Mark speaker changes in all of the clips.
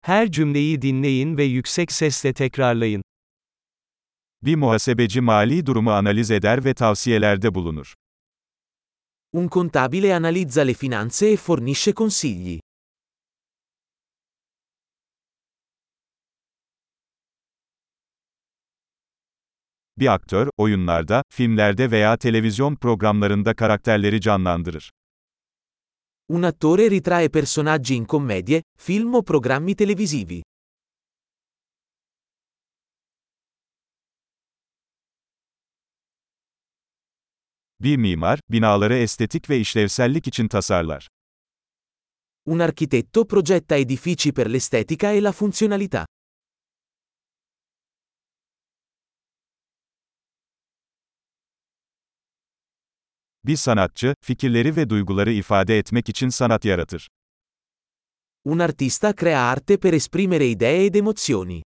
Speaker 1: Her cümleyi dinleyin ve yüksek sesle tekrarlayın.
Speaker 2: Bir muhasebeci mali durumu analiz eder ve tavsiyelerde bulunur.
Speaker 3: Un contabile analizza le finanze e fornisce consigli.
Speaker 2: Bir aktör, oyunlarda, filmlerde veya televizyon programlarında karakterleri canlandırır.
Speaker 3: Un attore ritrae personaggi in commedie, film o programmi televisivi.
Speaker 2: Bir mimar, binaları estetik ve işlevsellik için tasarlar.
Speaker 3: Un architetto progetta edifici per l'estetica e la funzionalità.
Speaker 2: Bir sanatçı, fikirleri ve duyguları ifade etmek için sanat yaratır.
Speaker 3: Un artista crea arte per esprimere idee ed emozioni.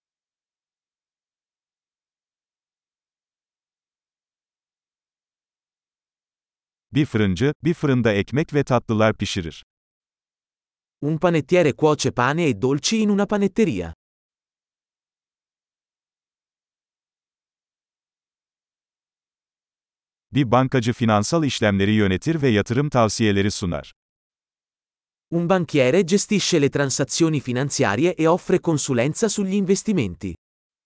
Speaker 2: Bir fırıncı, bir fırında ekmek ve tatlılar pişirir.
Speaker 3: Un panettiere cuoce pane e dolci in una panetteria.
Speaker 2: Bir bankacı finansal işlemleri yönetir ve yatırım tavsiyeleri sunar.
Speaker 3: Un banchiere gestisce le transazioni finanziarie e offre consulenza sugli investimenti.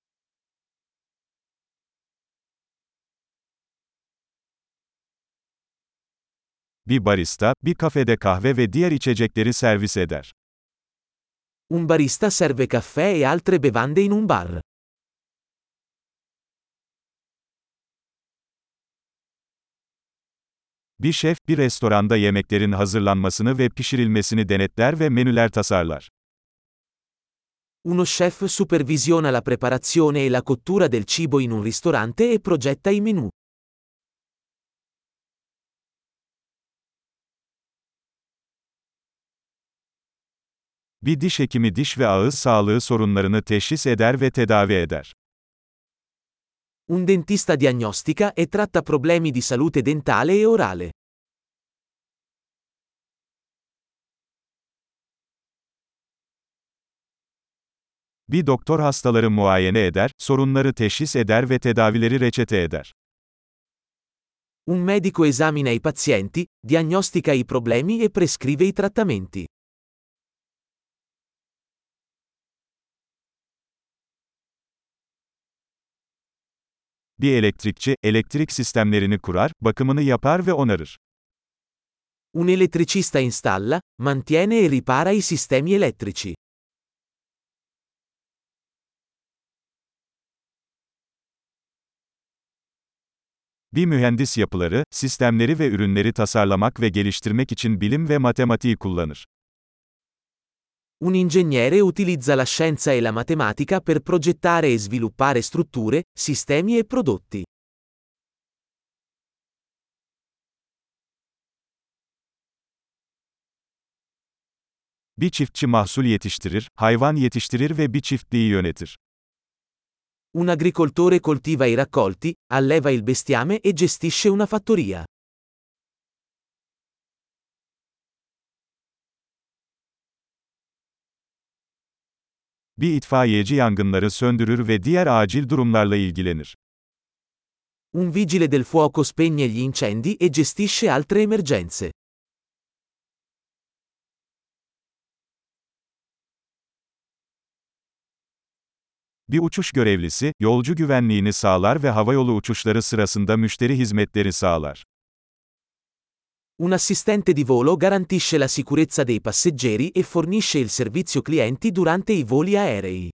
Speaker 2: Bir barista, bir kafede kahve ve diğer içecekleri servis eder.
Speaker 3: Un barista serve caffè e altre bevande in un bar.
Speaker 2: Bir şef, bir restoranda yemeklerin hazırlanmasını ve pişirilmesini denetler ve menüler tasarlar.
Speaker 3: Uno chef supervisiona la preparazione e la cottura del cibo in un ristorante e progetta i menù.
Speaker 2: Bir diş hekimi diş ve ağız sağlığı sorunlarını teşhis eder ve tedavi eder.
Speaker 3: Un dentista diagnostica e tratta problemi di salute dentale e orale.
Speaker 2: Bir doktor hastaları muayene eder, sorunları teşhis eder ve tedavileri reçete eder.
Speaker 3: Un medico esamina i pazienti, diagnostica i problemi e prescrive i trattamenti.
Speaker 2: Bir elektrikçi, elektrik sistemlerini kurar, bakımını yapar ve onarır.
Speaker 3: Un elettricista installa, mantiene e ripara i sistemi elettrici.
Speaker 2: Bir mühendis yapıları, sistemleri ve ürünleri tasarlamak ve geliştirmek için bilim ve matematiği kullanır.
Speaker 3: Un ingegnere utilizza la scienza e la matematica per progettare e sviluppare strutture, sistemi e prodotti.
Speaker 2: Bir çiftçi mahsul yetiştirir, hayvan yetiştirir ve bir çiftliği yönetir.
Speaker 3: Un agricoltore coltiva i raccolti, alleva il bestiame e gestisce una fattoria.
Speaker 2: Bir itfaiyeci yangınları söndürür ve diğer acil durumlarla ilgilenir.
Speaker 3: Un vigile del fuoco spegne gli incendi e gestisce altre emergenze.
Speaker 2: Bir uçuş görevlisi, yolcu güvenliğini sağlar ve havayolu uçuşları sırasında müşteri hizmetleri sağlar.
Speaker 3: Un assistente di volo garantisce la sicurezza dei passeggeri e fornisce il servizio clienti durante i voli aerei.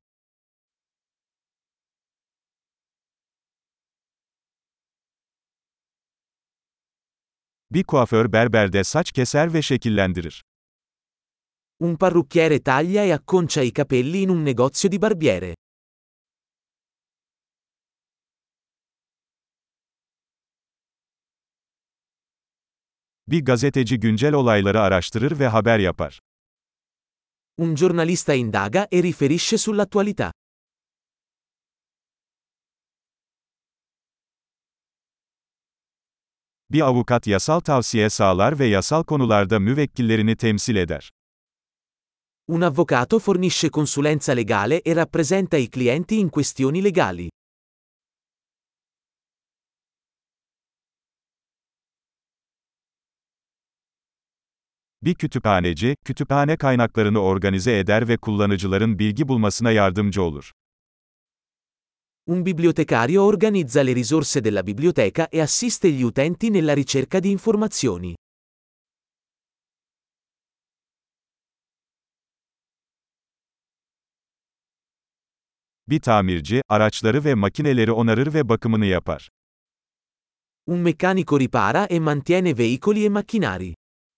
Speaker 2: Bir kuaför berberde saç keser ve şekillendirir.
Speaker 3: Un parrucchiere taglia e acconcia i capelli in un negozio di barbiere.
Speaker 2: Bir gazeteci güncel olayları araştırır ve haber yapar.
Speaker 3: Un giornalista indaga e riferisce sull'attualità.
Speaker 2: Bir avukat yasal tavsiye sağlar ve yasal konularda müvekkillerini temsil eder.
Speaker 3: Un avvocato fornisce consulenza legale e rappresenta i clienti in questioni legali.
Speaker 2: Bir kütüphaneci, kütüphane kaynaklarını organize eder ve kullanıcıların bilgi bulmasına yardımcı olur.
Speaker 3: Un bibliotecario organizza le risorse della biblioteca e assiste gli utenti nella ricerca di informazioni.
Speaker 2: Bir tamirci, araçları ve makineleri onarır ve bakımını yapar.
Speaker 3: Un meccanico ripara e mantiene veicoli e macchinari.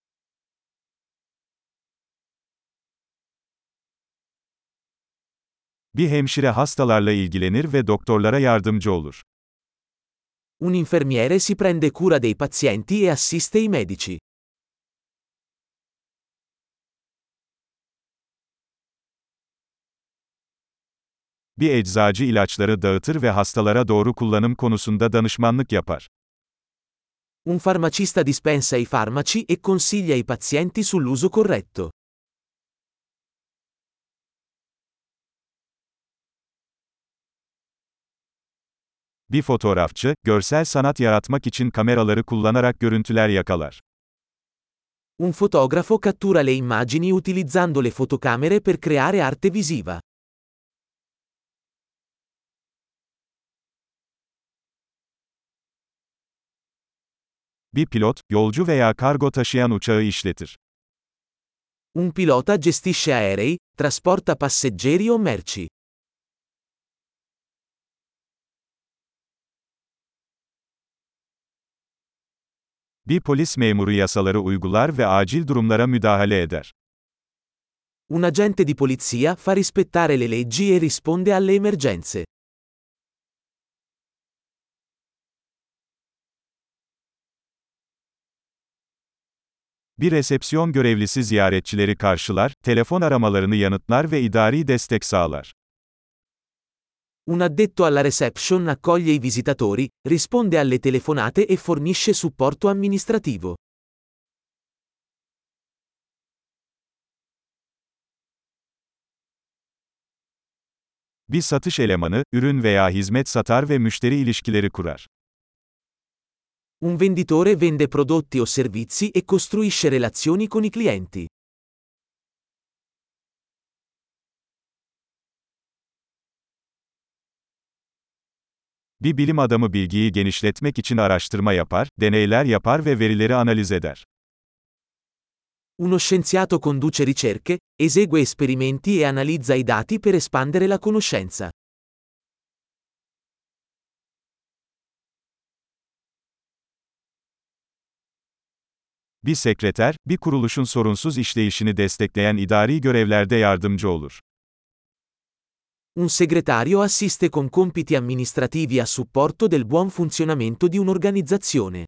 Speaker 2: Bir hemşire hastalarla ilgilenir ve doktorlara yardımcı olur.
Speaker 3: Un infermiere si prende cura dei pazienti e assiste i medici.
Speaker 2: Bir eczacı ilaçları dağıtır ve hastalara doğru kullanım konusunda danışmanlık yapar.
Speaker 3: Un farmacista dispensa i farmaci e consiglia i pazienti sull'uso corretto.
Speaker 2: Bir fotoğrafçı, görsel sanat yaratmak için kameraları kullanarak görüntüler yakalar.
Speaker 3: Un fotografo cattura le immagini utilizzando le fotocamere per creare arte visiva.
Speaker 2: Bir pilot, yolcu veya kargo taşıyan uçağı işletir.
Speaker 3: Un pilota gestisce aerei, trasporta passeggeri o merci.
Speaker 2: Bir polis memuru yasaları uygular ve acil durumlara müdahale eder.
Speaker 3: Un agente di polizia fa rispettare le leggi e risponde alle emergenze.
Speaker 2: Bir resepsiyon görevlisi ziyaretçileri karşılar, telefon aramalarını yanıtlar ve idari destek sağlar.
Speaker 3: Un addetto alla reception accoglie i visitatori, risponde alle telefonate e fornisce supporto amministrativo.
Speaker 2: Bir satış elemanı, ürün veya hizmet satar ve müşteri ilişkileri kurar.
Speaker 3: Un venditore vende prodotti o servizi e costruisce relazioni con i clienti.
Speaker 2: Bir bilim adamı bilgiyi genişletmek için araştırma yapar, deneyler yapar ve verileri analiz eder.
Speaker 3: Uno scienziato conduce ricerche, esegue esperimenti e analizza i dati per espandere la conoscenza.
Speaker 2: Bir sekreter, bir kuruluşun sorunsuz işleyişini destekleyen idari görevlerde yardımcı olur.
Speaker 3: Un segretario assiste con compiti amministrativi a supporto del buon funzionamento di un'organizzazione.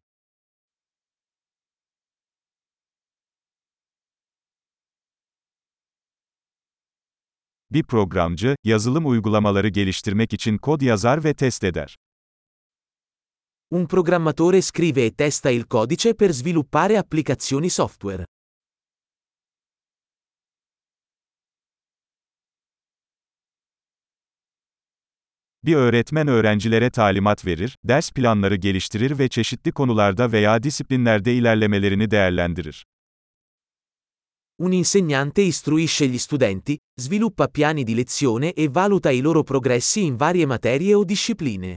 Speaker 2: Bir programcı, yazılım uygulamaları geliştirmek için kod yazar ve test eder.
Speaker 3: Un programmatore scrive e testa il codice per sviluppare applicazioni software.
Speaker 2: Bir öğretmen öğrencilere talimat verir, ders planları geliştirir ve çeşitli konularda veya disiplinlerde ilerlemelerini değerlendirir.
Speaker 3: Un insegnante istruisce gli studenti, sviluppa piani di lezione e valuta i loro progressi in varie materie o discipline.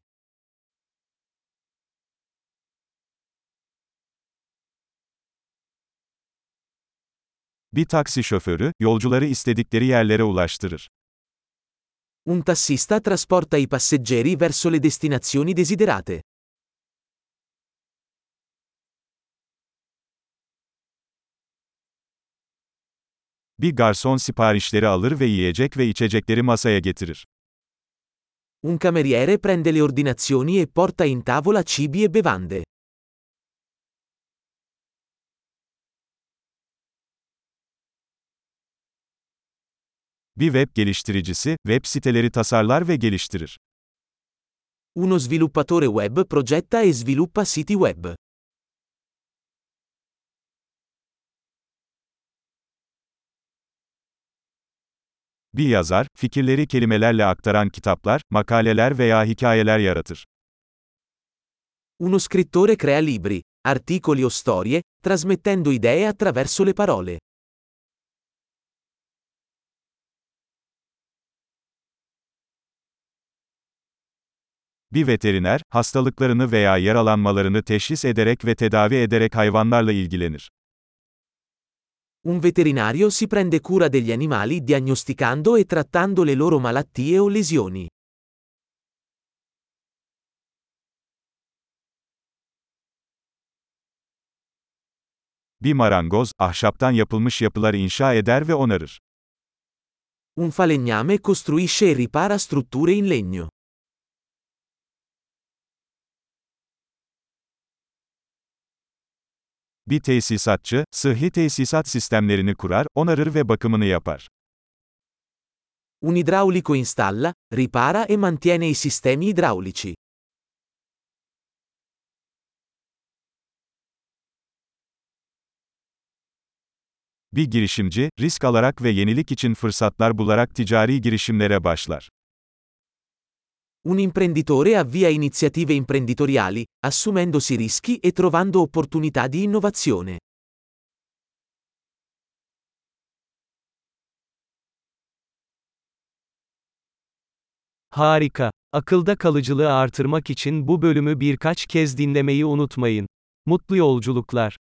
Speaker 2: Bir taksi şoförü, yolcuları istedikleri yerlere ulaştırır.
Speaker 3: Un tassista trasporta i passeggeri verso le destinazioni desiderate.
Speaker 2: Bir garson siparişleri alır ve yiyecek ve içecekleri masaya getirir.
Speaker 3: Un cameriere prende le ordinazioni e porta in tavola cibi e bevande.
Speaker 2: Bir web geliştiricisi, web siteleri tasarlar ve geliştirir.
Speaker 3: Uno sviluppatore web progetta e sviluppa siti web.
Speaker 2: Bir yazar, fikirleri kelimelerle aktaran kitaplar, makaleler veya hikayeler yaratır.
Speaker 3: Uno scrittore crea libri, articoli o storie, trasmettendo idee attraverso le parole.
Speaker 2: Bir veteriner, hastalıklarını veya yaralanmalarını teşhis ederek ve tedavi ederek hayvanlarla ilgilenir.
Speaker 3: Un veterinario si prende cura degli animali diagnosticando e trattando le loro malattie o lesioni.
Speaker 2: Bir marangoz, ahşaptan yapılmış yapılar inşa eder ve onarır.
Speaker 3: Un falegname costruisce e ripara strutture in legno.
Speaker 2: Bir tesisatçı, sıhhi tesisat sistemlerini kurar, onarır ve bakımını yapar.
Speaker 3: Un idraulico installa, ripara e mantiene i sistemi idraulici.
Speaker 2: Bir girişimci, risk alarak ve yenilik için fırsatlar bularak ticari girişimlere başlar.
Speaker 3: Un imprenditore avvia iniziative imprenditoriali, assumendosi rischi e trovando opportunità di innovazione.
Speaker 1: Harika. Akılda kalıcılığı artırmak için bu bölümü birkaç kez dinlemeyi unutmayın. Mutlu yolculuklar.